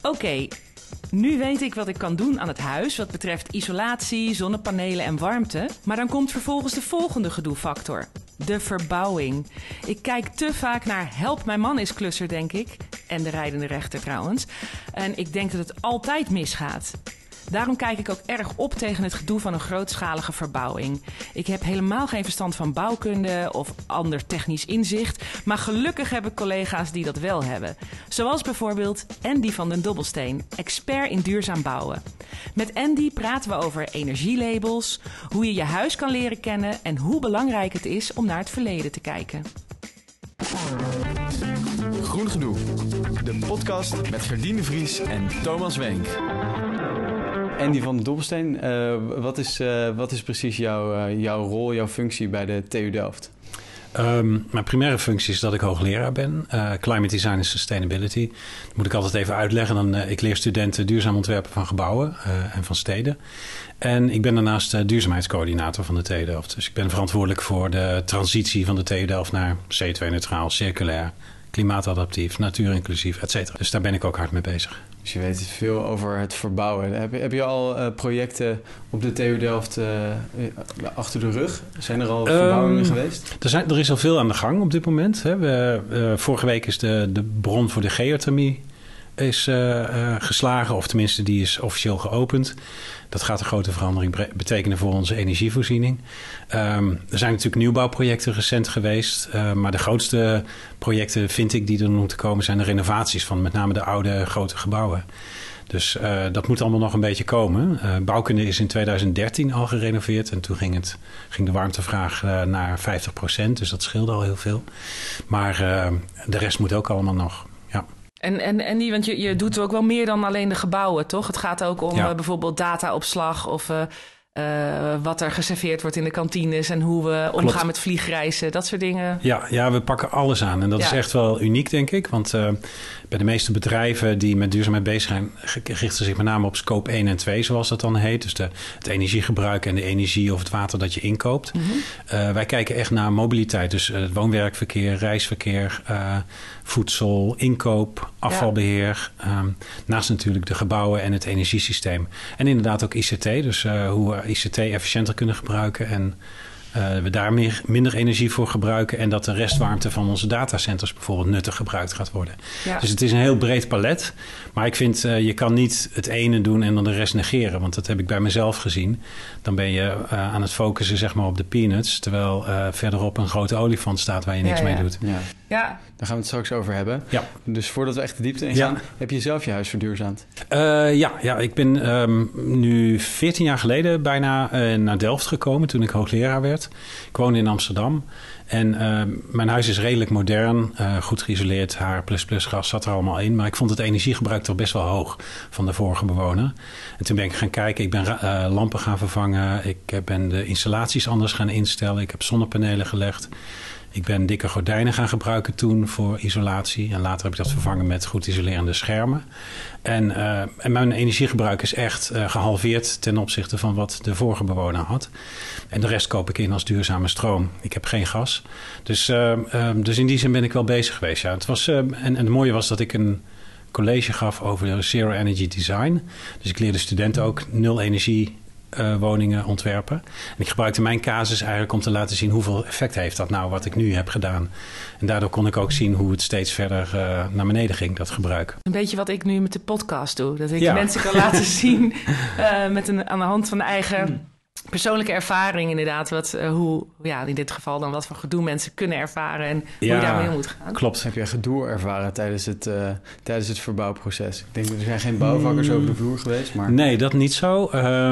Oké, nu weet ik wat ik kan doen aan het huis wat betreft isolatie, zonnepanelen en warmte. Maar dan komt vervolgens de volgende gedoefactor. De verbouwing. Ik kijk te vaak naar help, mijn man is klusser, denk ik. En de rijdende rechter trouwens. En ik denk dat het altijd misgaat. Daarom kijk ik ook erg op tegen het gedoe van een grootschalige verbouwing. Ik heb helemaal geen verstand van bouwkunde of ander technisch inzicht. Maar gelukkig heb ik collega's die dat wel hebben. Zoals bijvoorbeeld Andy van den Dobbelsteen, expert in duurzaam bouwen. Met Andy praten we over energielabels, hoe je je huis kan leren kennen en hoe belangrijk het is om naar het verleden te kijken. Groen Gedoe, de podcast met Gerdien de Vries en Thomas Wenk. Andy van den Dobbelsteen, wat is precies jouw rol, jouw functie bij de TU Delft? Mijn primaire functie is dat ik hoogleraar ben. Climate Design en Sustainability. Dat moet ik altijd even uitleggen. Ik leer studenten duurzaam ontwerpen van gebouwen en van steden. En ik ben daarnaast duurzaamheidscoördinator van de TU Delft. Dus ik ben verantwoordelijk voor de transitie van de TU Delft naar CO2-neutraal, circulair, klimaatadaptief, natuurinclusief, et cetera. Dus daar ben ik ook hard mee bezig. Dus je weet veel over het verbouwen. Heb je al projecten op de TU Delft achter de rug? Zijn er al verbouwingen geweest? Er is al veel aan de gang op dit moment. Vorige week is de bron voor de geothermie geslagen. Of tenminste, die is officieel geopend. Dat gaat een grote verandering betekenen voor onze energievoorziening. Er zijn natuurlijk nieuwbouwprojecten recent geweest. Maar de grootste projecten, vind ik, die er moeten komen, zijn de renovaties van met name de oude grote gebouwen. Dus dat moet allemaal nog een beetje komen. Bouwkunde is in 2013 al gerenoveerd. En toen ging de warmtevraag naar 50%. Dus dat scheelde al heel veel. Maar de rest moet ook allemaal nog. Ja. En want je doet ook wel meer dan alleen de gebouwen, toch? Het gaat ook om bijvoorbeeld dataopslag of wat er geserveerd wordt in de kantines en hoe we omgaan met vliegreizen, dat soort dingen. Ja, we pakken alles aan. En dat is echt wel uniek, denk ik. Want bij de meeste bedrijven die met duurzaamheid bezig zijn, richten zich met name op scope 1 en 2, zoals dat dan heet. Dus het energiegebruik en de energie of het water dat je inkoopt. Mm-hmm. Wij kijken echt naar mobiliteit. Dus het woon-werkverkeer, reisverkeer, voedsel, inkoop, afvalbeheer. Naast natuurlijk de gebouwen en het energiesysteem. En inderdaad ook ICT. Dus hoe we ICT efficiënter kunnen gebruiken en we daar minder energie voor gebruiken en dat de restwarmte van onze datacenters bijvoorbeeld nuttig gebruikt gaat worden. Ja. Dus het is een heel breed palet. Maar ik vind, je kan niet het ene doen en dan de rest negeren. Want dat heb ik bij mezelf gezien. Dan ben je aan het focussen zeg maar op de peanuts, terwijl verderop een grote olifant staat waar je niks mee doet. Ja. Daar gaan we het straks over hebben. Ja. Dus voordat we echt de diepte in gaan, heb je zelf je huis verduurzaamd? Ja, ik ben nu 14 jaar geleden bijna naar Delft gekomen toen ik hoogleraar werd. Ik woonde in Amsterdam. En mijn huis is redelijk modern, goed geïsoleerd, gas zat er allemaal in. Maar ik vond het energiegebruik toch best wel hoog van de vorige bewoner. En toen ben ik gaan kijken, ik ben lampen gaan vervangen. Ik ben de installaties anders gaan instellen. Ik heb zonnepanelen gelegd. Ik ben dikke gordijnen gaan gebruiken toen voor isolatie. En later heb ik dat vervangen met goed isolerende schermen. En mijn energiegebruik is echt gehalveerd ten opzichte van wat de vorige bewoner had. En de rest koop ik in als duurzame stroom. Ik heb geen gas. Dus in die zin ben ik wel bezig geweest. Ja. Het was, en het mooie was dat ik een college gaf over Zero Energy Design. Dus ik leerde studenten ook nul energie woningen ontwerpen. En ik gebruikte mijn casus eigenlijk om te laten zien hoeveel effect heeft dat nou wat ik nu heb gedaan. En daardoor kon ik ook zien hoe het steeds verder naar beneden ging, dat gebruik. Een beetje wat ik nu met de podcast doe. Dat ik mensen kan laten zien aan de hand van de eigen persoonlijke ervaring inderdaad. Hoe in dit geval dan wat voor gedoe mensen kunnen ervaren en hoe je daarmee om moet gaan. Klopt. Heb jij gedoe ervaren tijdens het verbouwproces? Ik denk, er zijn geen bouwvakkers over de vloer geweest. Maar... Nee, dat niet zo.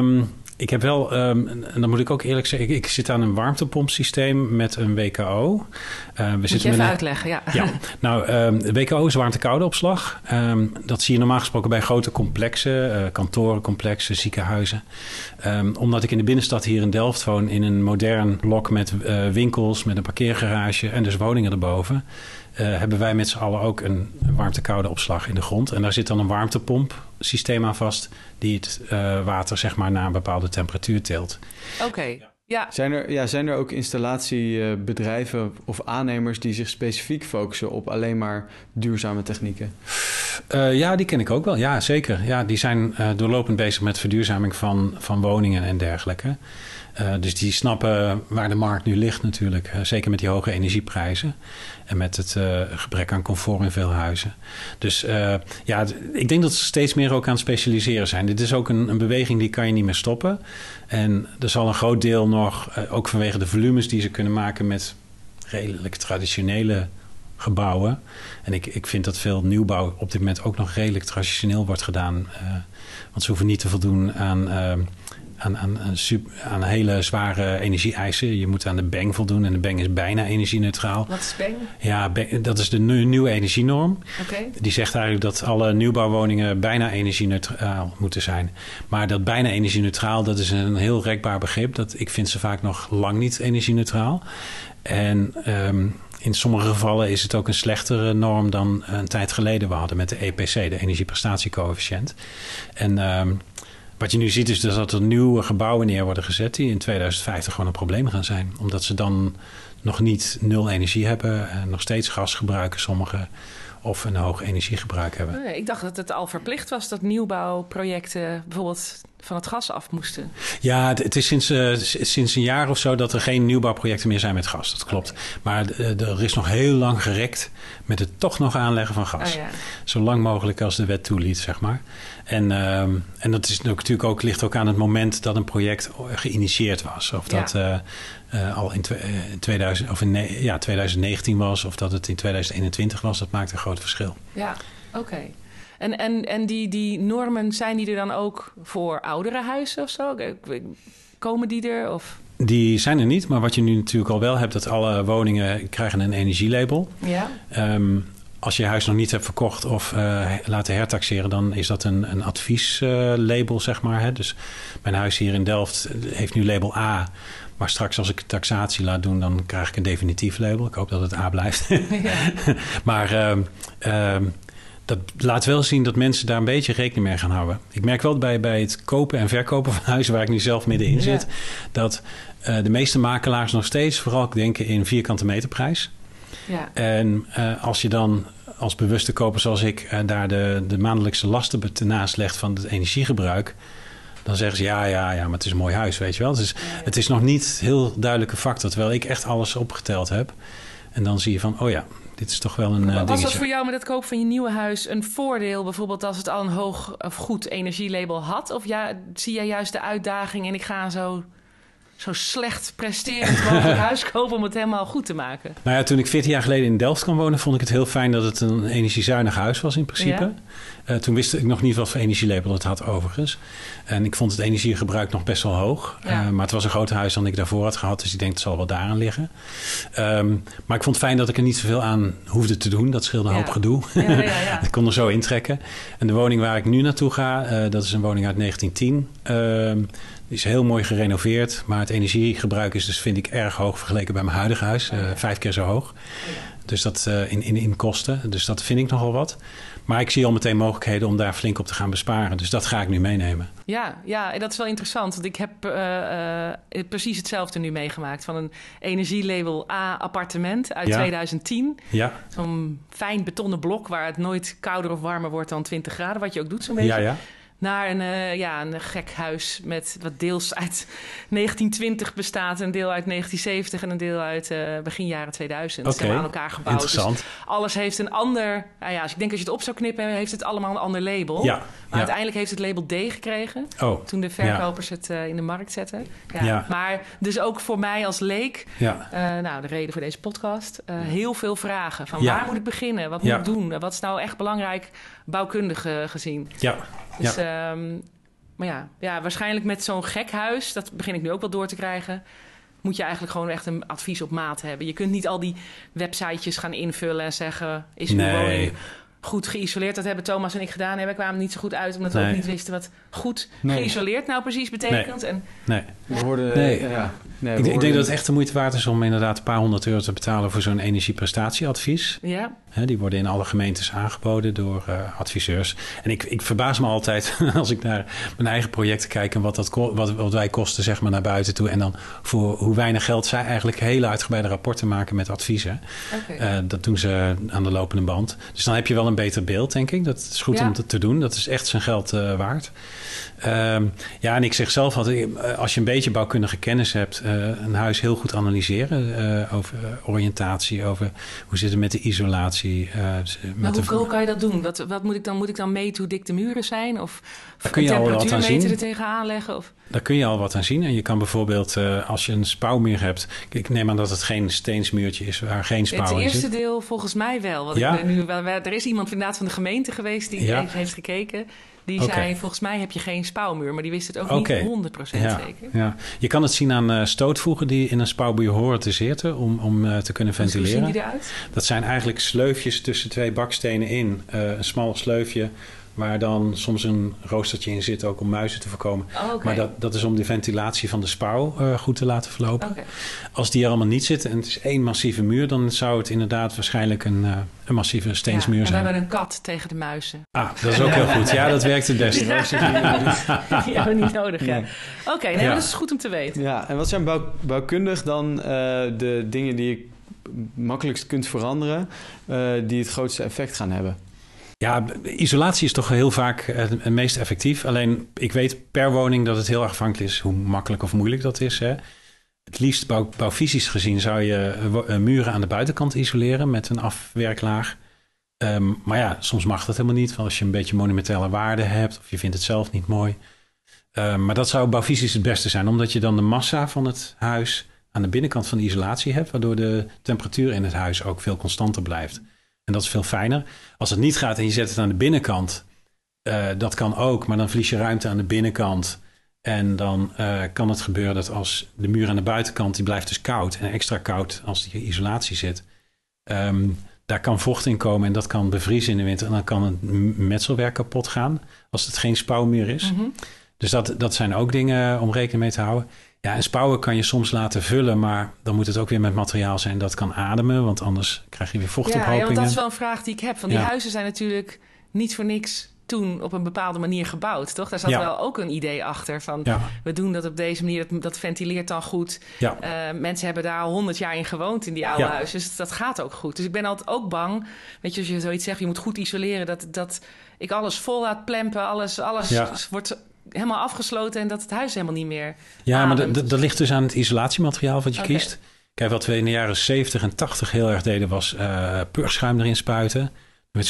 Ik heb wel, en dan moet ik ook eerlijk zeggen, ik zit aan een warmtepompsysteem met een WKO. Moet je even uitleggen, ja. Nou, de WKO is warmte-koude opslag. Dat zie je normaal gesproken bij grote complexen, kantorencomplexen, ziekenhuizen. Omdat ik in de binnenstad hier in Delft woon, in een modern blok met winkels, met een parkeergarage en dus woningen erboven, hebben wij met z'n allen ook een warmte-koude opslag in de grond. En daar zit dan een warmtepompsysteem aan vast die het water zeg maar naar een bepaalde temperatuur tilt. Oké. Ja. Zijn er ook installatiebedrijven of aannemers die zich specifiek focussen op alleen maar duurzame technieken? Ja, die ken ik ook wel. Ja, zeker. Ja, die zijn doorlopend bezig met verduurzaming van woningen en dergelijke. Dus die snappen waar de markt nu ligt natuurlijk. Zeker met die hoge energieprijzen. En met het gebrek aan comfort in veel huizen. Dus ik denk dat ze steeds meer ook aan het specialiseren zijn. Dit is ook een beweging die kan je niet meer stoppen. En er zal een groot deel nog, ook vanwege de volumes die ze kunnen maken met redelijk traditionele gebouwen. En ik vind dat veel nieuwbouw op dit moment ook nog redelijk traditioneel wordt gedaan. Want ze hoeven niet te voldoen aan hele zware energie-eisen. Je moet aan de BEng voldoen en de BEng is bijna energie-neutraal. Wat is BEng? Ja, dat is de nieuwe energienorm. Okay. Die zegt eigenlijk dat alle nieuwbouwwoningen bijna energie-neutraal moeten zijn. Maar dat bijna energie-neutraal, dat is een heel rekbaar begrip. Ik vind ze vaak nog lang niet energie-neutraal. En in sommige gevallen is het ook een slechtere norm dan een tijd geleden we hadden met de EPC, de energieprestatiecoëfficiënt. En wat je nu ziet is dat er nieuwe gebouwen neer worden gezet die in 2050 gewoon een probleem gaan zijn. Omdat ze dan nog niet nul energie hebben en nog steeds gas gebruiken sommigen of een hoog energiegebruik hebben. Nee, ik dacht dat het al verplicht was dat nieuwbouwprojecten bijvoorbeeld van het gas af moesten. Ja, het is sinds een jaar of zo dat er geen nieuwbouwprojecten meer zijn met gas. Dat klopt. Maar er is nog heel lang gerekt met het toch nog aanleggen van gas. Oh ja. Zo lang mogelijk als de wet toeliet, zeg maar. En dat is natuurlijk ook, ligt ook aan het moment dat een project geïnitieerd was. Of dat al in 2019 was of dat het in 2021 was. Dat maakt een groot verschil. Ja, oké. En die normen, zijn die er dan ook voor oudere huizen of zo? Komen die er? Of? Die zijn er niet, maar wat je nu natuurlijk al wel hebt, dat alle woningen krijgen een energielabel. Ja. Als je huis nog niet hebt verkocht of laten hertaxeren, dan is dat een advieslabel, zeg maar. Hè? Dus mijn huis hier in Delft heeft nu label A. Maar straks als ik taxatie laat doen, dan krijg ik een definitief label. Ik hoop dat het A blijft. Ja. Maar dat laat wel zien dat mensen daar een beetje rekening mee gaan houden. Ik merk wel bij het kopen en verkopen van huizen, waar ik nu zelf middenin zit, dat de meeste makelaars nog steeds vooral denken in vierkante meterprijs. Ja. En als je dan als bewuste koper zoals ik daar de maandelijkse lasten ernaast legt van het energiegebruik, dan zeggen ze ja, maar het is een mooi huis, weet je wel. Dus het is nog niet heel duidelijke factor, terwijl ik echt alles opgeteld heb. En dan zie je van, oh ja, dit is toch wel een dingetje. Was dat voor jou met het kopen van je nieuwe huis een voordeel, bijvoorbeeld als het al een hoog of goed energielabel had? Of zie jij juist de uitdaging en ik ga zo slecht presterend mogelijk huis kopen om het helemaal goed te maken? Nou ja, toen ik 14 jaar geleden in Delft kwam wonen, vond ik het heel fijn dat het een energiezuinig huis was in principe. Ja. Toen wist ik nog niet wat voor energielabel het had overigens. En ik vond het energiegebruik nog best wel hoog. Ja. Maar het was een groter huis dan ik daarvoor had gehad. Dus ik denk het zal wel daaraan liggen. Maar ik vond het fijn dat ik er niet zoveel aan hoefde te doen. Dat scheelde een hoop gedoe. Ja. Ik kon er zo intrekken. En de woning waar ik nu naartoe ga, dat is een woning uit 1910. Die is heel mooi gerenoveerd. Maar het energiegebruik is dus, vind ik, erg hoog vergeleken bij mijn huidige huis. 5 keer zo hoog. Dus dat in kosten. Dus dat vind ik nogal wat. Maar ik zie al meteen mogelijkheden om daar flink op te gaan besparen. Dus dat ga ik nu meenemen. Ja, dat is wel interessant. Want ik heb precies hetzelfde nu meegemaakt. Van een energielabel A appartement uit 2010. Ja. Zo'n fijn betonnen blok waar het nooit kouder of warmer wordt dan 20 graden. Wat je ook doet zo'n beetje. Ja. Naar een gek huis met wat deels uit 1920 bestaat, een deel uit 1970 en een deel uit begin jaren 2000. Ze zijn aan elkaar gebouwd. Interessant. Dus alles heeft een ander. Als je het op zou knippen, heeft het allemaal een ander label. Ja. Maar uiteindelijk heeft het label D gekregen. Toen de verkopers het in de markt zetten. Ja. Maar dus ook voor mij als leek, de reden voor deze podcast, heel veel vragen. Van waar moet ik beginnen? Wat moet ik doen? Wat is nou echt belangrijk bouwkundig gezien? Ja. Dus, maar waarschijnlijk met zo'n gek huis, dat begin ik nu ook wel door te krijgen, moet je eigenlijk gewoon echt een advies op maat hebben. Je kunt niet al die websitejes gaan invullen en zeggen, is uw woning goed geïsoleerd. Dat hebben Thomas en ik gedaan. We kwamen niet zo goed uit, omdat we ook niet wisten wat goed geïsoleerd nou precies betekent. Ik denk dat het echt de moeite waard is om inderdaad een paar €100 te betalen voor zo'n energieprestatieadvies. Ja. Die worden in alle gemeentes aangeboden door adviseurs. En ik verbaas me altijd als ik naar mijn eigen projecten kijk en wat wij kosten, zeg maar, naar buiten toe. En dan voor hoe weinig geld zij eigenlijk hele uitgebreide rapporten maken met adviezen. Okay. Dat doen ze aan de lopende band. Dus dan heb je wel een beter beeld, denk ik. Dat is goed om te doen. Dat is echt zijn geld waard. En ik zeg zelf altijd, als je een beetje bouwkundige kennis hebt, een huis heel goed analyseren over oriëntatie, over hoe zit het met de isolatie. Hoe kan je dat doen? Wat moet ik dan meten hoe dik de muren zijn? Of kun je al wat aan zien. Er tegenaan leggen? Of? Daar kun je al wat aan zien. En je kan bijvoorbeeld, als je een spouwmuur hebt, ik neem aan dat het geen steensmuurtje is waar geen spouw in zit. Het eerste deel volgens mij wel. Er is iemand inderdaad van de gemeente geweest die even heeft gekeken. Die zei, volgens mij heb je geen spouwmuur. Maar die wist het ook niet 100% zeker. Ja. Je kan het zien aan stootvoegen die in een spouwmuur horen te zitten om te kunnen ventileren. Hoe zien die eruit? Dat zijn eigenlijk sleufjes tussen twee bakstenen in. Een smal sleufje waar dan soms een roostertje in zit, ook om muizen te voorkomen. Maar dat is om de ventilatie van de spouw goed te laten verlopen. Als die er allemaal niet zit en het is één massieve muur, dan zou het inderdaad waarschijnlijk een massieve steensmuur zijn. En we hebben een kat tegen de muizen. Dat is ook heel goed. Ja, dat werkt het beste. Die hebben we niet nodig, maar dat is goed om te weten. Ja, en wat zijn bouwkundig dan de dingen die je makkelijkst kunt veranderen, die het grootste effect gaan hebben? Ja, isolatie is toch heel vaak het meest effectief. Alleen, ik weet per woning dat het heel erg afhankelijk is hoe makkelijk of moeilijk dat is. Hè. Het liefst bouwfysisch gezien zou je muren aan de buitenkant isoleren met een afwerklaag. Maar ja, soms mag dat helemaal niet. Want als je een beetje monumentale waarde hebt of je vindt het zelf niet mooi. Maar dat zou bouwfysisch het beste zijn. Omdat je dan de massa van het huis aan de binnenkant van de isolatie hebt. Waardoor de temperatuur in het huis ook veel constanter blijft. En dat is veel fijner. Als het niet gaat en je zet het aan de binnenkant, dat kan ook. Maar dan verlies je ruimte aan de binnenkant. En dan kan het gebeuren dat als de muur aan de buitenkant, die blijft dus koud. En extra koud als die isolatie zit. Daar kan vocht in komen en dat kan bevriezen in de winter. En dan kan het metselwerk kapot gaan als het geen spouwmuur is. Mm-hmm. Dus dat zijn ook dingen om rekening mee te houden. Ja, en spouwen kan je soms laten vullen, maar dan moet het ook weer met materiaal zijn dat kan ademen, want anders krijg je weer vochtophopingen. Ja, want dat is wel een vraag die ik heb. Want die huizen zijn natuurlijk niet voor niks toen op een bepaalde manier gebouwd, toch? Daar zat wel ook een idee achter van, we doen dat op deze manier, dat ventileert dan goed. Ja. Mensen hebben daar al 100 jaar in gewoond in die oude huizen, dus dat gaat ook goed. Dus ik ben altijd ook bang, weet je, als je zoiets zegt, je moet goed isoleren, dat ik alles vol laat plempen, alles wordt helemaal afgesloten en dat het huis helemaal niet meer maar dat ligt dus aan het isolatiemateriaal wat je kiest. Kijk, wat we in de jaren 70 en 80 heel erg deden was purgschuim erin spuiten. Met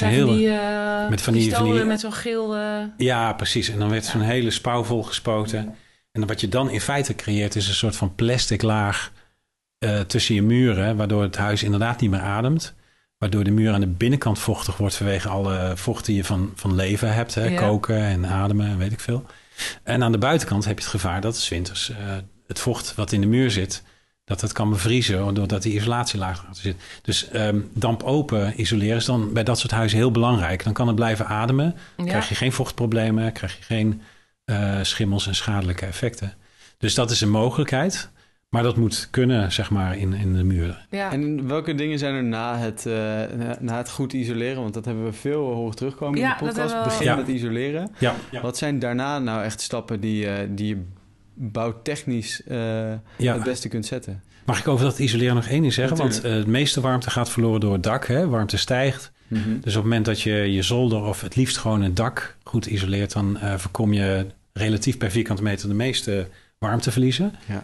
met zo'n geel... Ja, precies. En dan werd zo'n hele spouw vol gespoten. En wat je dan in feite creëert is een soort van plastic laag tussen je muren, waardoor het huis inderdaad niet meer ademt. Waardoor de muur aan de binnenkant vochtig wordt vanwege alle vocht die je van leven hebt. Hè? Koken en ademen en weet ik veel. En aan de buitenkant heb je het gevaar dat 's winters het vocht wat in de muur zit, dat het kan bevriezen doordat die isolatielaag erachter zit. Dus damp open isoleren is dan bij dat soort huizen heel belangrijk. Dan kan het blijven ademen. Krijg je geen vochtproblemen, krijg je geen schimmels en schadelijke effecten. Dus dat is een mogelijkheid. Maar dat moet kunnen, zeg maar, in de muren. Ja. En welke dingen zijn er na het goed isoleren? Want dat hebben we veel horen terugkomen in de podcast. Begin met isoleren. Ja. Wat zijn daarna nou echt stappen die je bouwtechnisch het beste kunt zetten? Mag ik over dat isoleren nog één ding zeggen? Natuurlijk. Want de meeste warmte gaat verloren door het dak. Hè? Warmte stijgt. Mm-hmm. Dus op het moment dat je zolder of het liefst gewoon het dak goed isoleert, dan voorkom je relatief per vierkante meter de meeste warmteverliezen. Ja.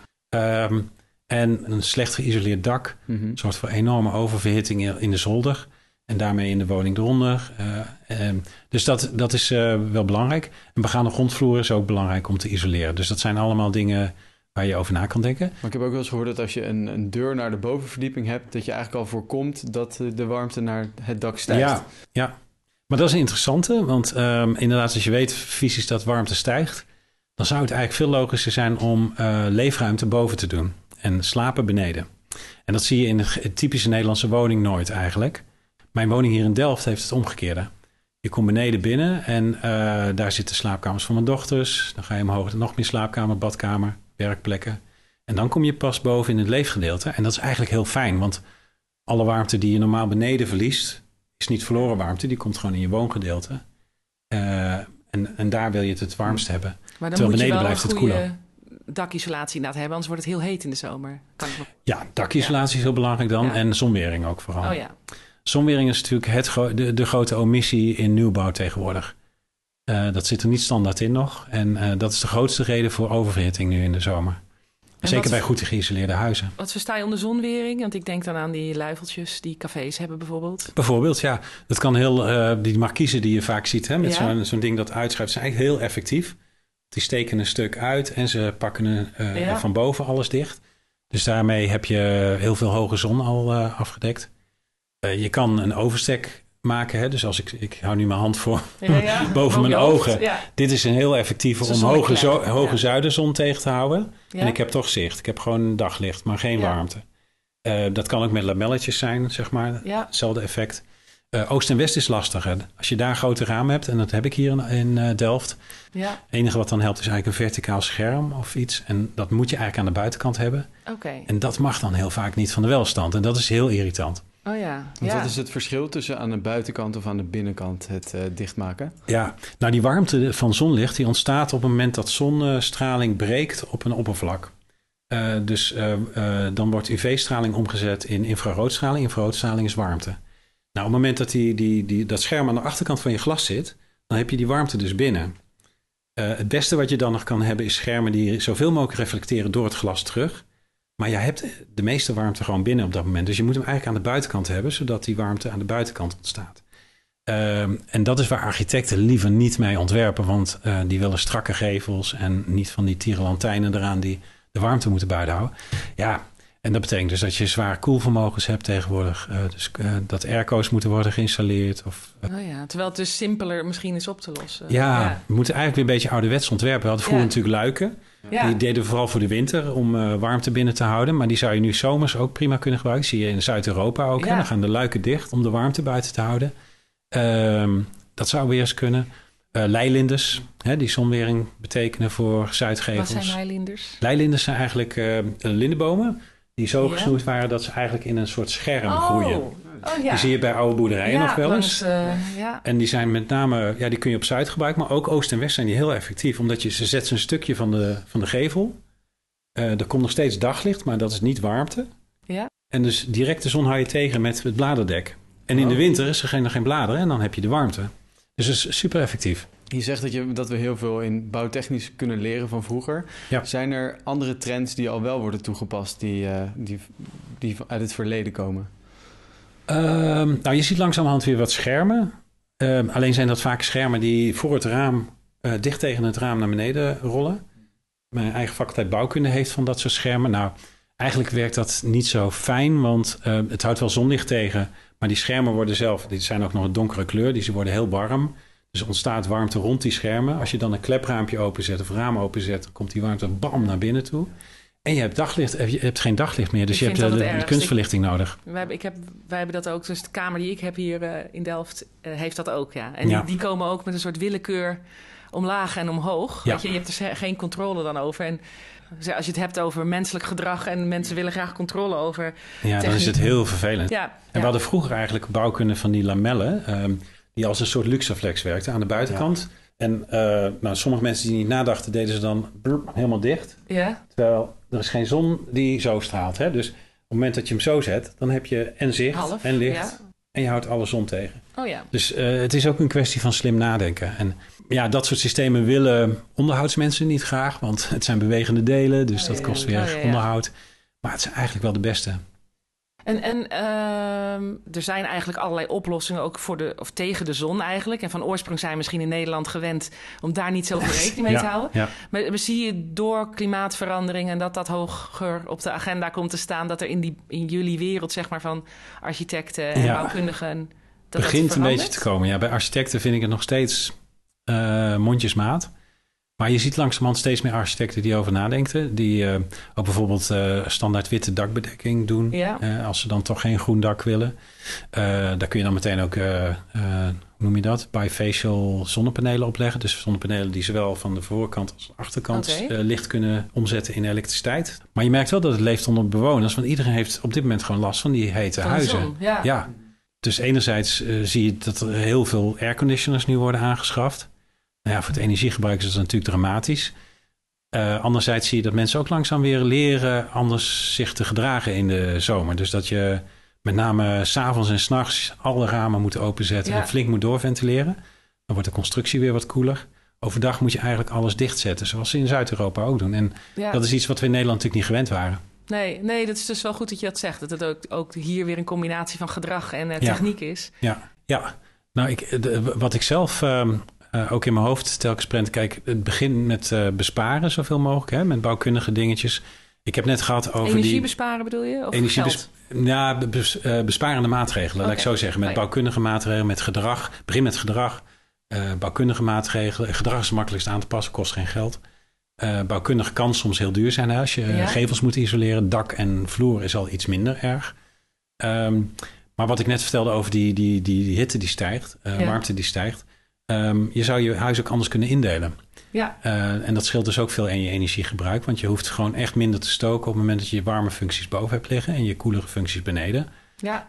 En een slecht geïsoleerd dak zorgt voor enorme oververhitting in de zolder en daarmee in de woning eronder. Dus dat is wel belangrijk. Een begane grondvloer is ook belangrijk om te isoleren. Dus dat zijn allemaal dingen waar je over na kan denken. Maar ik heb ook wel eens gehoord dat als je een deur naar de bovenverdieping hebt, dat je eigenlijk al voorkomt dat de warmte naar het dak stijgt. Ja. Maar dat is een interessante, want inderdaad, als je weet fysisch dat warmte stijgt, dan zou het eigenlijk veel logischer zijn om leefruimte boven te doen en slapen beneden. En dat zie je in de typische Nederlandse woning nooit eigenlijk. Mijn woning hier in Delft heeft het omgekeerde. Je komt beneden binnen en daar zitten slaapkamers van mijn dochters. Dan ga je omhoog, nog meer slaapkamer, badkamer, werkplekken. En dan kom je pas boven in het leefgedeelte. En dat is eigenlijk heel fijn, want alle warmte die je normaal beneden verliest, is niet verloren warmte. Die komt gewoon in je woongedeelte. En daar wil je het warmst hebben. Maar dan moet je wel een goede dakisolatie inderdaad hebben, anders wordt het heel heet in de zomer. Ja, dakisolatie is heel belangrijk dan. Ja. En zonwering ook vooral. Oh, ja. Zonwering is natuurlijk de grote omissie in nieuwbouw tegenwoordig. Dat zit er niet standaard in nog. En dat is de grootste reden voor oververhitting nu in de zomer. Zeker bij goed geïsoleerde huizen. Wat versta je onder zonwering? Want ik denk dan aan die luifeltjes die cafés hebben bijvoorbeeld. Bijvoorbeeld, ja. Dat kan die markiezen die je vaak ziet, hè, met zo'n ding dat uitschuift, zijn eigenlijk heel effectief. Die steken een stuk uit en ze pakken van boven alles dicht. Dus daarmee heb je heel veel hoge zon al afgedekt. Je kan een overstek maken. Hè? Dus als ik hou nu mijn hand voor boven mijn ogen. Ja. Dit is een heel effectieve om hoge zuiderzon tegen te houden. Ja. En ik heb toch zicht. Ik heb gewoon daglicht, maar geen warmte. Dat kan ook met lamelletjes zijn, zeg maar. Ja. Hetzelfde effect. Oost en west is lastiger. Als je daar grote ramen hebt, en dat heb ik hier in Delft. Ja. Het enige wat dan helpt is eigenlijk een verticaal scherm of iets. En dat moet je eigenlijk aan de buitenkant hebben. Okay. En dat mag dan heel vaak niet van de welstand. En dat is heel irritant. Oh ja. Want wat is het verschil tussen aan de buitenkant of aan de binnenkant het dichtmaken? Ja, nou die warmte van zonlicht die ontstaat op het moment dat zonstraling breekt op een oppervlak. Dus dan wordt UV-straling omgezet in infraroodstraling. Infraroodstraling is warmte. Nou, op het moment dat dat scherm aan de achterkant van je glas zit, dan heb je die warmte dus binnen. Het beste wat je dan nog kan hebben is schermen die zoveel mogelijk reflecteren door het glas terug. Maar je hebt de meeste warmte gewoon binnen op dat moment. Dus je moet hem eigenlijk aan de buitenkant hebben, zodat die warmte aan de buitenkant ontstaat. En dat is waar architecten liever niet mee ontwerpen, want die willen strakke gevels en niet van die tierenlantijnen eraan die de warmte moeten buiten houden. Ja, en dat betekent dus dat je zware koelvermogens hebt tegenwoordig. Dus dat airco's moeten worden geïnstalleerd. Terwijl het dus simpeler misschien is op te lossen. Ja, we moeten eigenlijk weer een beetje ouderwets ontwerpen. We hadden vroeger natuurlijk luiken. Ja. Die deden we vooral voor de winter om warmte binnen te houden. Maar die zou je nu zomers ook prima kunnen gebruiken. Dat zie je in Zuid-Europa ook. Ja. Dan gaan de luiken dicht om de warmte buiten te houden. Dat zou weer eens kunnen. Leilinders, die zonwering betekenen voor zuidgevels. Wat zijn leilinders? Leilinders zijn eigenlijk lindenbomen die zo gesnoeid waren dat ze eigenlijk in een soort scherm groeien. Die zie je bij oude boerderijen nog wel eens. En die zijn met name, die kun je op Zuid gebruiken, maar ook Oost en West zijn die heel effectief. Omdat ze zetten een stukje van de gevel. Er komt nog steeds daglicht, maar dat is niet warmte. Ja. En dus direct de zon hou je tegen met het bladerdek. En in de winter is er nog geen bladeren en dan heb je de warmte. Dus het is super effectief. Je zegt dat we heel veel in bouwtechnisch kunnen leren van vroeger. Ja. Zijn er andere trends die al wel worden toegepast die uit het verleden komen? Je ziet langzamerhand weer wat schermen. Alleen zijn dat vaak schermen die voor het raam, dicht tegen het raam naar beneden rollen. Mijn eigen faculteit bouwkunde heeft van dat soort schermen. Nou, eigenlijk werkt dat niet zo fijn, want het houdt wel zonlicht tegen. Maar die schermen worden zelf, die zijn ook nog een donkere kleur, die worden heel warm. Dus er ontstaat warmte rond die schermen. Als je dan een klepraampje openzet of raam openzet, dan komt die warmte bam naar binnen toe. En je hebt daglicht, je hebt geen daglicht meer, dus je hebt de kunstverlichting nodig. Wij hebben dat ook, dus de kamer die ik heb hier in Delft heeft dat ook, ja. En die komen ook met een soort willekeur omlaag en omhoog. Ja. Weet je hebt er geen controle dan over. En als je het hebt over menselijk gedrag en mensen willen graag controle over techniek, dan is het heel vervelend. Ja, en we hadden vroeger eigenlijk bouwkunde van die lamellen, die als een soort luxaflex werkten aan de buitenkant. Ja. En sommige mensen die niet nadachten, deden ze dan helemaal dicht. Ja. Terwijl er is geen zon die zo straalt. Hè? Dus op het moment dat je hem zo zet, dan heb je en zicht en licht. Ja. En je houdt alle zon tegen. Oh ja. Dus het is ook een kwestie van slim nadenken. En dat soort systemen willen onderhoudsmensen niet graag. Want het zijn bewegende delen, dus dat kost weer onderhoud. Maar het is eigenlijk wel de beste. En er zijn eigenlijk allerlei oplossingen ook tegen de zon eigenlijk. En van oorsprong zijn we misschien in Nederland gewend om daar niet zoveel rekening mee te houden. Ja. Maar we zien door klimaatverandering en dat hoger op de agenda komt te staan, dat er in jullie wereld, zeg maar, van architecten en bouwkundigen dat begint een beetje te komen. Ja, bij architecten vind ik het nog steeds mondjesmaat. Maar je ziet langzamerhand steeds meer architecten die over nadenken. Die ook bijvoorbeeld standaard witte dakbedekking doen. Ja. Als ze dan toch geen groen dak willen. Daar kun je dan meteen ook hoe noem je dat? Bifacial zonnepanelen opleggen. Dus zonnepanelen die zowel van de voorkant als de achterkant licht kunnen omzetten in elektriciteit. Maar je merkt wel dat het leeft onder bewoners. Want iedereen heeft op dit moment gewoon last van die hete huizen. Zon, ja. Dus enerzijds zie je dat er heel veel airconditioners nu worden aangeschaft. Nou ja, voor het energiegebruik is dat natuurlijk dramatisch. Anderzijds zie je dat mensen ook langzaam weer leren anders zich te gedragen in de zomer. Dus dat je met name 's avonds en 's nachts alle ramen moet openzetten en flink moet doorventileren. Dan wordt de constructie weer wat koeler. Overdag moet je eigenlijk alles dichtzetten, zoals ze in Zuid-Europa ook doen. En dat is iets wat we in Nederland natuurlijk niet gewend waren. Nee, dat is dus wel goed dat je dat zegt. Dat het ook hier weer een combinatie van gedrag en techniek is. Ja. Nou, wat ik zelf ook in mijn hoofd telkens prent. Kijk, het begint met besparen zoveel mogelijk, hè, met bouwkundige dingetjes. Ik heb net gehad over energie besparen bedoel je? Of besparende maatregelen, laat ik zo zeggen. Met bouwkundige maatregelen, met gedrag. Begin met gedrag. Bouwkundige maatregelen. Gedrag is het makkelijkst aan te passen, kost geen geld. Bouwkundig kan soms heel duur zijn. Hè, als je gevels moet isoleren. Dak en vloer is al iets minder erg. Maar wat ik net vertelde over die hitte die stijgt. Warmte die stijgt. Je zou je huis ook anders kunnen indelen. Ja. En dat scheelt dus ook veel in je energiegebruik. Want je hoeft gewoon echt minder te stoken op het moment dat je warme functies boven hebt liggen en je koelere functies beneden. Ja.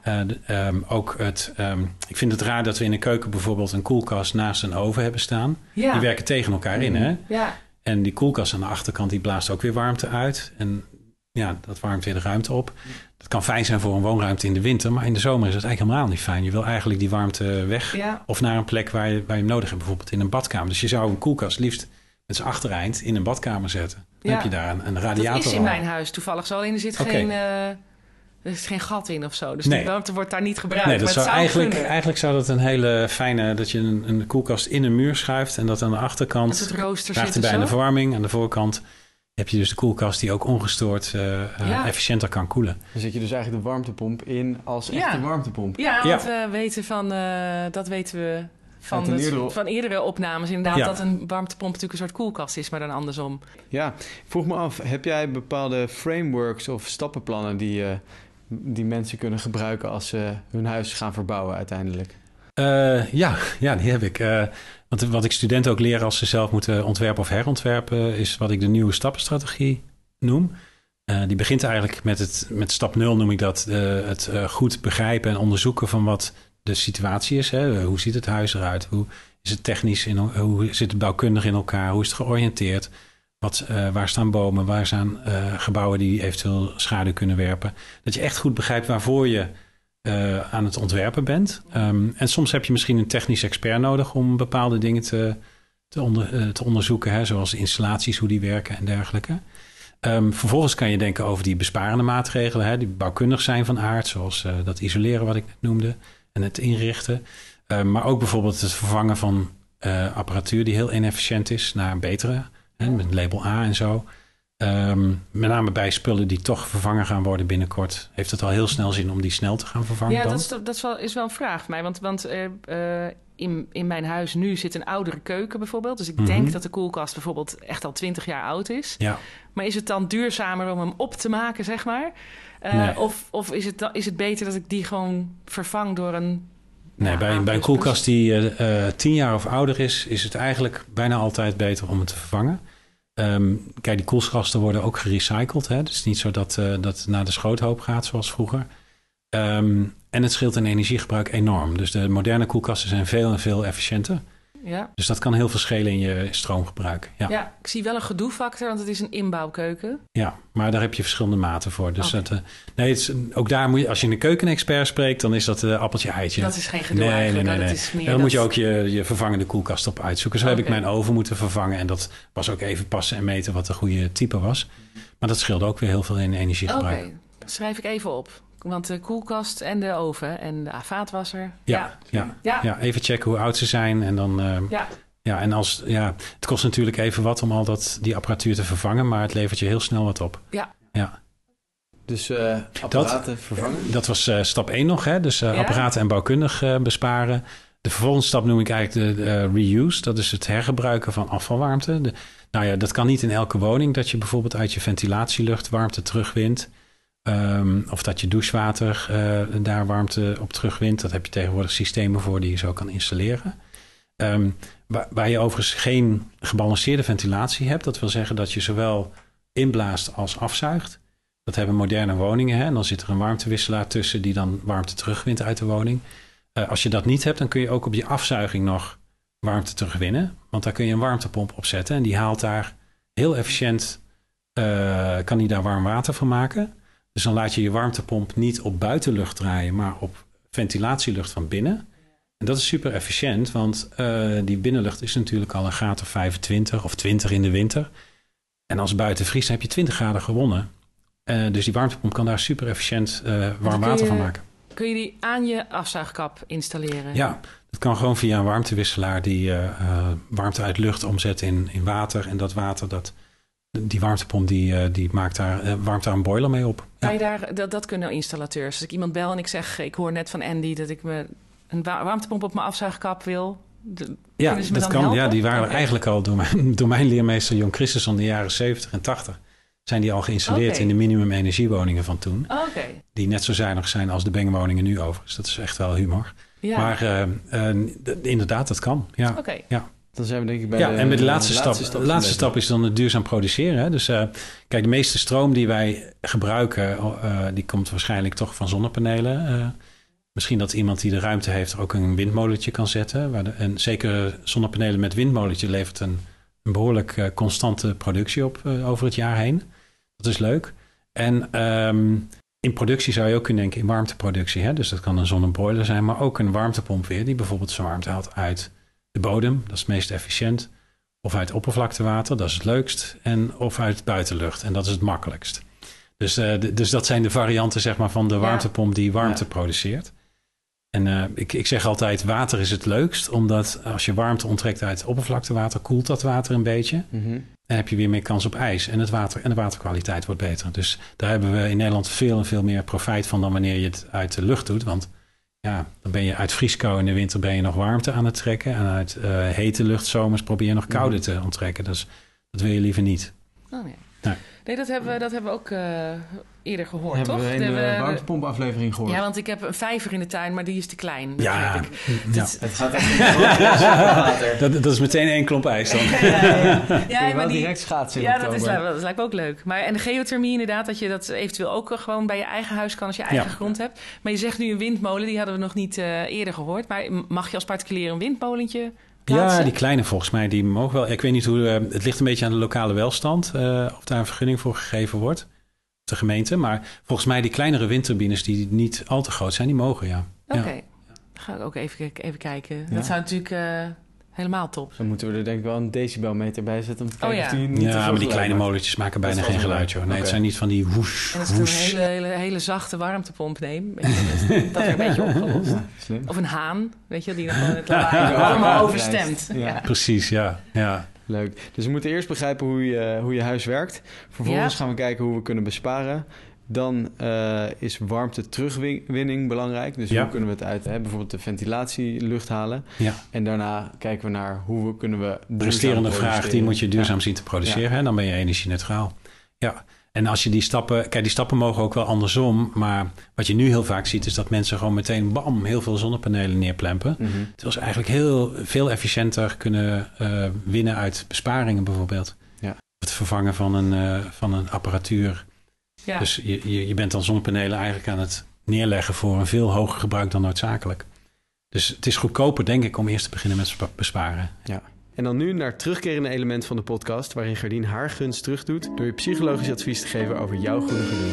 Ik vind het raar dat we in de keuken bijvoorbeeld een koelkast naast een oven hebben staan. Ja. Die werken tegen elkaar in, hè? Ja. En die koelkast aan de achterkant die blaast ook weer warmte uit. En ja, dat warmt weer de ruimte op. Dat kan fijn zijn voor een woonruimte in de winter, maar in de zomer is het eigenlijk helemaal niet fijn. Je wil eigenlijk die warmte weg of naar een plek waar je hem nodig hebt, bijvoorbeeld in een badkamer. Dus je zou een koelkast liefst met zijn achtereind in een badkamer zetten. Dan heb je daar een radiator. Dat is in mijn huis toevallig zo, alleen er zit er is geen gat in of zo. Dus de warmte wordt daar niet gebruikt. Nee, dat zou eigenlijk zou dat een hele fijne, dat je een koelkast in een muur schuift en dat aan de achterkant draagt hij bijna verwarming. Aan de voorkant heb je dus de koelkast die ook ongestoord efficiënter kan koelen. Dan zet je dus eigenlijk de warmtepomp in als echte warmtepomp. Ja, want we weten dat weten we van eerdere opnames inderdaad, dat een warmtepomp natuurlijk een soort koelkast is, maar dan andersom. Ja, ik vroeg me af, heb jij bepaalde frameworks of stappenplannen die mensen kunnen gebruiken als ze hun huis gaan verbouwen uiteindelijk? Ja, die heb ik. Want wat ik studenten ook leer als ze zelf moeten ontwerpen of herontwerpen, is wat ik de nieuwe stappenstrategie noem. Die begint eigenlijk met stap 0, noem ik dat. Het goed begrijpen en onderzoeken van wat de situatie is. Hè? Hoe ziet het huis eruit? Hoe is het technisch? Hoe zit het bouwkundig in elkaar? Hoe is het georiënteerd? Waar staan bomen? Waar staan gebouwen die eventueel schaduw kunnen werpen? Dat je echt goed begrijpt waarvoor je aan het ontwerpen bent. En soms heb je misschien een technisch expert nodig om bepaalde dingen te onderzoeken. Hè? Zoals installaties, hoe die werken en dergelijke. Vervolgens kan je denken over die besparende maatregelen. Hè? Die bouwkundig zijn van aard. Zoals dat isoleren wat ik net noemde. En het inrichten. Maar ook bijvoorbeeld het vervangen van apparatuur die heel inefficiënt is naar een betere. Hè, met label A en zo. Met name bij spullen die toch vervangen gaan worden binnenkort. Heeft het al heel snel zin om die snel te gaan vervangen? Ja, dat is wel een vraag voor mij. Want in mijn huis nu zit een oudere keuken bijvoorbeeld. Dus ik denk dat de koelkast bijvoorbeeld echt al 20 jaar oud is. Ja. Maar is het dan duurzamer om hem op te maken, zeg maar? Nee. Of is het beter dat ik die gewoon vervang door een... Nee, bij een koelkast die 10 jaar of ouder is het eigenlijk bijna altijd beter om het te vervangen. Kijk, die koelkasten worden ook gerecycled. Hè? Dus het is niet zo dat het naar de schroothoop gaat zoals vroeger. En het scheelt in energiegebruik enorm. Dus de moderne koelkasten zijn veel en veel efficiënter. Ja. Dus dat kan heel veel schelen in je stroomgebruik. Ja, ik zie wel een gedoefactor, want het is een inbouwkeuken. Ja, maar daar heb je verschillende maten voor. Dus ook daar moet je, als je een keukenexpert spreekt, dan is dat appeltje eitje. Dat is geen gedoe eigenlijk. Nee. Is meer dan moet je ook je vervangende koelkast op uitzoeken. Zo heb ik mijn oven moeten vervangen. En dat was ook even passen en meten wat de goede type was. Maar dat scheelde ook weer heel veel in energiegebruik. Oké, dat schrijf ik even op. Want de koelkast en de oven en de vaatwasser. Ja, even checken hoe oud ze zijn. En dan, het kost natuurlijk even wat om die apparatuur te vervangen. Maar het levert je heel snel wat op. Ja. Dus apparaten vervangen? Dat was stap 1 nog. Hè? Dus apparaten en bouwkundig besparen. De volgende stap noem ik eigenlijk de reuse. Dat is het hergebruiken van afvalwarmte. Dat kan niet in elke woning. Dat je bijvoorbeeld uit je ventilatielucht warmte terugwint. Of dat je douchewater daar warmte op terugwint. Dat heb je tegenwoordig systemen voor die je zo kan installeren. Waar je overigens geen gebalanceerde ventilatie hebt. Dat wil zeggen dat je zowel inblaast als afzuigt. Dat hebben moderne woningen. Hè? En dan zit er een warmtewisselaar tussen die dan warmte terugwint uit de woning. Als je dat niet hebt, dan kun je ook op je afzuiging nog warmte terugwinnen. Want daar kun je een warmtepomp op zetten. En die haalt daar heel efficiënt, kan die daar warm water van maken. Dus dan laat je je warmtepomp niet op buitenlucht draaien, maar op ventilatielucht van binnen. En dat is super efficiënt, want die binnenlucht is natuurlijk al een graad of 25 of 20 in de winter. En als het buiten vriest, dan heb je 20 graden gewonnen. Dus die warmtepomp kan daar super efficiënt warm water van maken. Kun je die aan je afzuigkap installeren? Ja, dat kan gewoon via een warmtewisselaar die warmte uit lucht omzet in water. En dat water, die warmtepomp die maakt warmt daar een boiler mee op. Kan je daar, dat kunnen installateurs. Als ik iemand bel en ik zeg, ik hoor net van Andy dat ik een warmtepomp op mijn afzuigkap wil. Ja, dat kan. Ja, die waren eigenlijk al door mijn leermeester Jon Christensen in de jaren 70 en 80. Zijn die al geïnstalleerd in de minimumenergiewoningen van toen. Die net zo zuinig zijn als de Beng-woningen nu overigens. Dat is echt wel humor. Ja. Maar inderdaad, dat kan. Ja. Ja. Dan zijn we denk ik bij en bij de laatste stap is dan het duurzaam produceren. Hè? Dus kijk, de meeste stroom die wij gebruiken, die komt waarschijnlijk toch van zonnepanelen. Misschien dat iemand die de ruimte heeft ook een windmolentje kan zetten. En zeker zonnepanelen met windmolentje levert een behoorlijk constante productie op over het jaar heen. Dat is leuk. En in productie zou je ook kunnen denken in warmteproductie. Hè? Dus dat kan een zonneboiler zijn, maar ook een warmtepomp weer die bijvoorbeeld zijn warmte haalt uit de bodem. Dat is het meest efficiënt. Of uit oppervlaktewater, dat is het leukst. Of uit buitenlucht, en dat is het makkelijkst. Dus dat zijn de varianten zeg maar, van de warmtepomp die warmte produceert. En ik zeg altijd, water is het leukst, omdat als je warmte onttrekt uit oppervlaktewater, koelt dat water een beetje. Mm-hmm. En heb je weer meer kans op ijs. En de waterkwaliteit wordt beter. Dus daar hebben we in Nederland veel en veel meer profijt van dan wanneer je het uit de lucht doet. Want ja, dan ben je uit vrieskou in de winter ben je nog warmte aan het trekken. En uit hete lucht zomers probeer je nog koude te onttrekken. Dus dat wil je liever niet. Oh nee. Nee, dat hebben we ook eerder gehoord, toch? Hebben we in de warmtepompaflevering gehoord. Ja, want ik heb een vijver in de tuin, maar die is te klein. Ja, het gaat echt dat is meteen 1 klomp ijs dan. Ja, maar direct schaatsen in dat lijkt me ook leuk. Maar, en de geothermie inderdaad, dat je dat eventueel ook gewoon bij je eigen huis kan als je eigen grond hebt. Maar je zegt nu een windmolen, die hadden we nog niet eerder gehoord. Maar mag je als particulier een windmolentje plaatsen? Ja, die kleine volgens mij, die mogen wel. Ik weet niet hoe, het ligt een beetje aan de lokale welstand. Of daar een vergunning voor gegeven wordt. De gemeente. Maar volgens mij die kleinere windturbines die niet al te groot zijn, die mogen, ja. Oké. Dan ga ik ook even kijken. Ja. Dat zou natuurlijk helemaal top. Dan moeten we er denk ik wel een decibelmeter bij zetten om te kijken of die niet te maar die kleine molentjes maken bijna geen geluid, joh. Nee, het zijn niet van die woesh. En als ik een hele zachte warmtepomp neem, dat weer een beetje opgelost. Ja, of een haan, weet je, die dan gewoon het lawaai allemaal overstemt. Ja. Precies, ja. Leuk. Dus we moeten eerst begrijpen hoe je huis werkt. Vervolgens gaan we kijken hoe we kunnen besparen. Dan is warmte terugwinning belangrijk. Dus hoe kunnen we het uit bijvoorbeeld de ventilatielucht halen. Ja. En daarna kijken we naar hoe kunnen we de resterende vraag, die moet je duurzaam zien te produceren. Ja. En dan ben je energie-neutraal. Ja. En als je die stappen mogen ook wel andersom. Maar wat je nu heel vaak ziet, is dat mensen gewoon meteen heel veel zonnepanelen neerplempen. Mm-hmm. Terwijl ze eigenlijk heel veel efficiënter kunnen winnen uit besparingen bijvoorbeeld. Ja. Het vervangen van een apparatuur. Ja. Dus je bent dan zonnepanelen eigenlijk aan het neerleggen voor een veel hoger gebruik dan noodzakelijk. Dus het is goedkoper, denk ik, om eerst te beginnen met besparen. Ja. En dan nu naar het terugkerende element van de podcast, waarin Gerdien haar gunst terugdoet door je psychologisch advies te geven over jouw goede gedoe.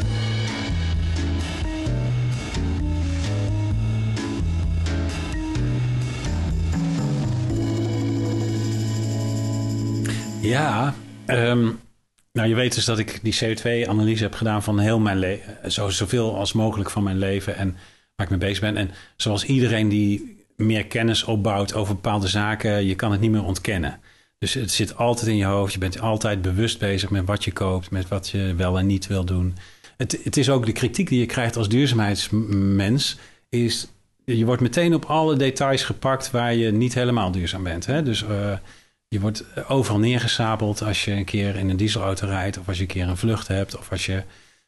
Ja, nou je weet dus dat ik die CO2-analyse heb gedaan van heel mijn leven, zoveel als mogelijk van mijn leven en waar ik mee bezig ben. En zoals iedereen die meer kennis opbouwt over bepaalde zaken, je kan het niet meer ontkennen. Dus het zit altijd in je hoofd. Je bent altijd bewust bezig met wat je koopt, met wat je wel en niet wil doen. Het is ook de kritiek die je krijgt als duurzaamheidsmens, is je wordt meteen op alle details gepakt waar je niet helemaal duurzaam bent. Hè? Dus je wordt overal neergesabeld als je een keer in een dieselauto rijdt, of als je een keer een vlucht hebt, of als je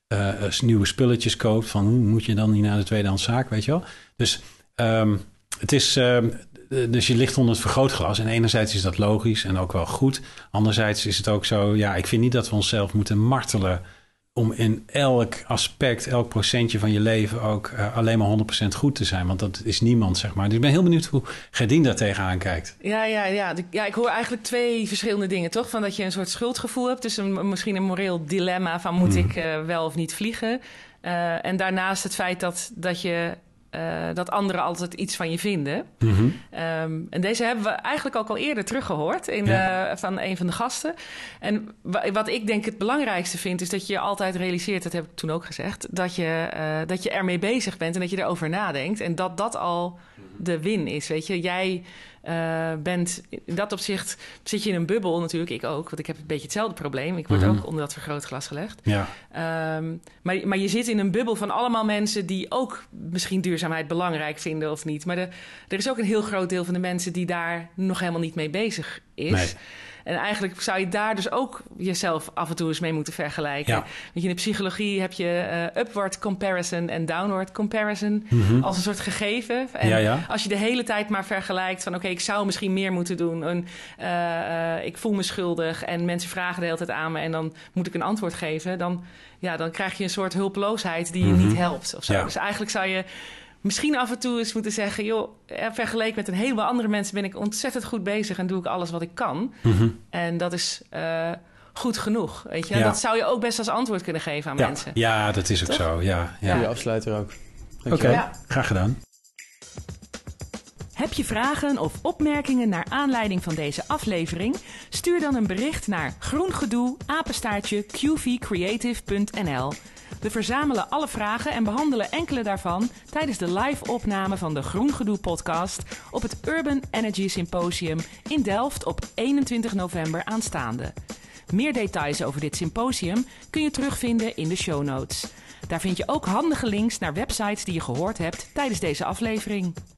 nieuwe spulletjes koopt. Van hoe moet je dan niet naar de tweedehandszaak, weet je wel? Dus het is... Dus je ligt onder het vergrootglas. En enerzijds is dat logisch en ook wel goed. Anderzijds is het ook zo... Ja, ik vind niet dat we onszelf moeten martelen... om in elk aspect, elk procentje van je leven... ook alleen maar 100% goed te zijn. Want dat is niemand, zeg maar. Dus ik ben heel benieuwd hoe Gerdien daar tegenaan kijkt. Ja, ik hoor eigenlijk 2 verschillende dingen, toch? Van dat je een soort schuldgevoel hebt. Dus misschien een moreel dilemma van... moet ik wel of niet vliegen? En daarnaast het feit dat je... dat anderen altijd iets van je vinden. Mm-hmm. En deze hebben we eigenlijk ook al eerder teruggehoord... van een van de gasten. En wat ik denk het belangrijkste vind... is dat je altijd realiseert, dat heb ik toen ook gezegd... dat je ermee bezig bent en dat je erover nadenkt... en dat al de win is, weet je. Jij... bent in dat opzicht zit je in een bubbel natuurlijk, ik ook, want ik heb een beetje hetzelfde probleem. Ik word ook onder dat vergrootglas gelegd. Ja. Maar je zit in een bubbel van allemaal mensen die ook misschien duurzaamheid belangrijk vinden of niet. Maar er is ook een heel groot deel van de mensen die daar nog helemaal niet mee bezig is. Nee. En eigenlijk zou je daar dus ook jezelf af en toe eens mee moeten vergelijken. Ja. Want in de psychologie heb je upward comparison en downward comparison als een soort gegeven. En als je de hele tijd maar vergelijkt van... oké, ik zou misschien meer moeten doen. En, ik voel me schuldig en mensen vragen de hele tijd aan me... en dan moet ik een antwoord geven. Dan krijg je een soort hulpeloosheid die je niet helpt. Of zo. Ja. Dus eigenlijk zou je... misschien af en toe eens moeten zeggen... joh, vergeleken met een heleboel andere mensen... ben ik ontzettend goed bezig en doe ik alles wat ik kan. Mm-hmm. En dat is goed genoeg, weet je. Ja. Dat zou je ook best als antwoord kunnen geven aan mensen. Ja, dat is ook toch? Zo, ja. Goeie afsluiter ook. Oké, graag gedaan. Heb je vragen of opmerkingen naar aanleiding van deze aflevering? Stuur dan een bericht naar groengedoe@qvcreative.nl. We verzamelen alle vragen en behandelen enkele daarvan tijdens de live-opname van de Groengedoe-podcast op het Urban Energy Symposium in Delft op 21 november aanstaande. Meer details over dit symposium kun je terugvinden in de show notes. Daar vind je ook handige links naar websites die je gehoord hebt tijdens deze aflevering.